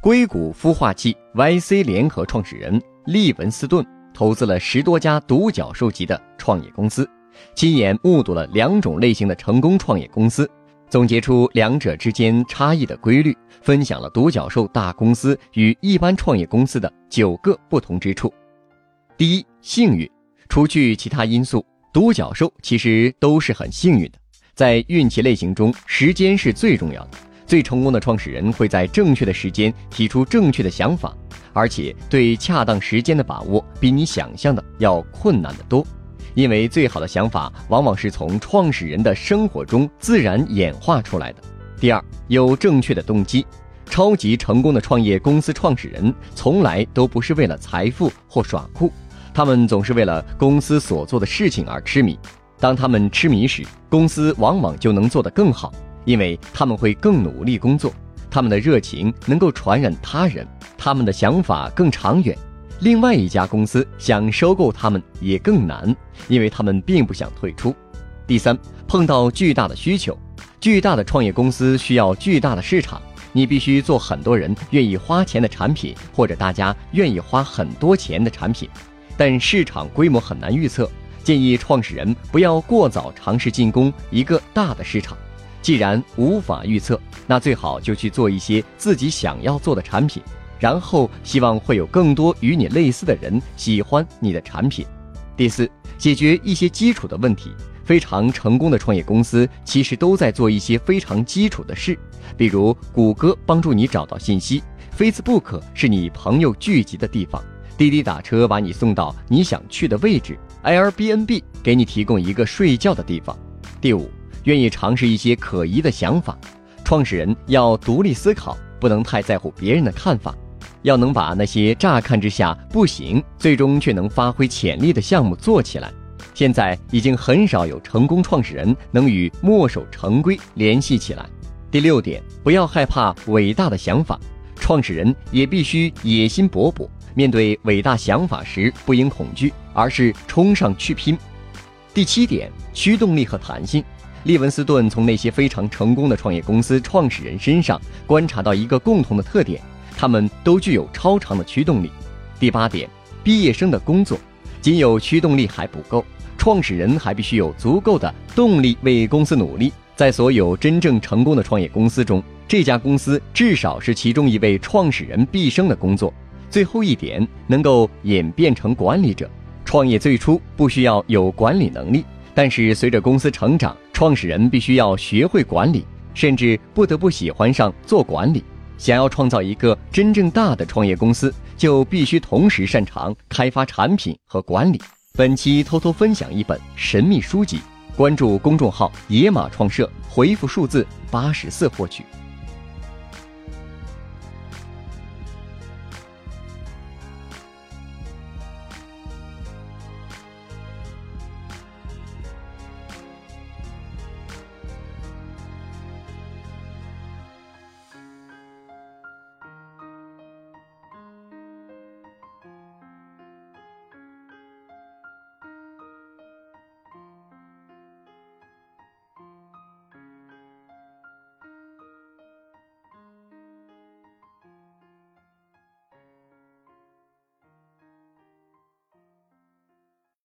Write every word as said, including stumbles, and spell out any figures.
硅谷孵化器 Y C 联合创始人利文斯顿投资了十多家独角兽级的创业公司，亲眼目睹了两种类型的成功创业公司，总结出两者之间差异的规律，分享了独角兽大公司与一般创业公司的九个不同之处。第一，幸运。除去其他因素，独角兽其实都是很幸运的。在运气类型中，时间是最重要的。最成功的创始人会在正确的时间提出正确的想法，而且对恰当时间的把握比你想象的要困难得多。因为最好的想法往往是从创始人的生活中自然演化出来的。第二，有正确的动机。超级成功的创业公司创始人从来都不是为了财富或耍酷，他们总是为了公司所做的事情而痴迷。当他们痴迷时，公司往往就能做得更好，因为他们会更努力工作，他们的热情能够传染他人，他们的想法更长远。另外一家公司想收购他们也更难，因为他们并不想退出。第三，碰到巨大的需求。巨大的创业公司需要巨大的市场，你必须做很多人愿意花钱的产品，或者大家愿意花很多钱的产品。但市场规模很难预测，建议创始人不要过早尝试进攻一个大的市场。既然无法预测，那最好就去做一些自己想要做的产品，然后希望会有更多与你类似的人喜欢你的产品。第四，解决一些基础的问题。非常成功的创业公司其实都在做一些非常基础的事，比如谷歌帮助你找到信息， Facebook 是你朋友聚集的地方，滴滴打车把你送到你想去的位置， Airbnb 给你提供一个睡觉的地方。第五，愿意尝试一些可疑的想法。创始人要独立思考，不能太在乎别人的看法，要能把那些乍看之下不行，最终却能发挥潜力的项目做起来。现在已经很少有成功创始人能与墨守成规联系起来。第六点，不要害怕伟大的想法。创始人也必须野心勃勃，面对伟大想法时不应恐惧，而是冲上去拼。第七点，驱动力和弹性。利文斯顿从那些非常成功的创业公司创始人身上观察到一个共同的特点，他们都具有超长的驱动力。第八点，毕业生的工作。仅有驱动力还不够，创始人还必须有足够的动力为公司努力。在所有真正成功的创业公司中，这家公司至少是其中一位创始人毕生的工作。最后一点，能够演变成管理者。创业最初不需要有管理能力，但是随着公司成长，创始人必须要学会管理，甚至不得不喜欢上做管理。想要创造一个真正大的创业公司，就必须同时擅长开发产品和管理。本期偷偷分享一本神秘书籍，关注公众号野马创社，回复数字八十四获取。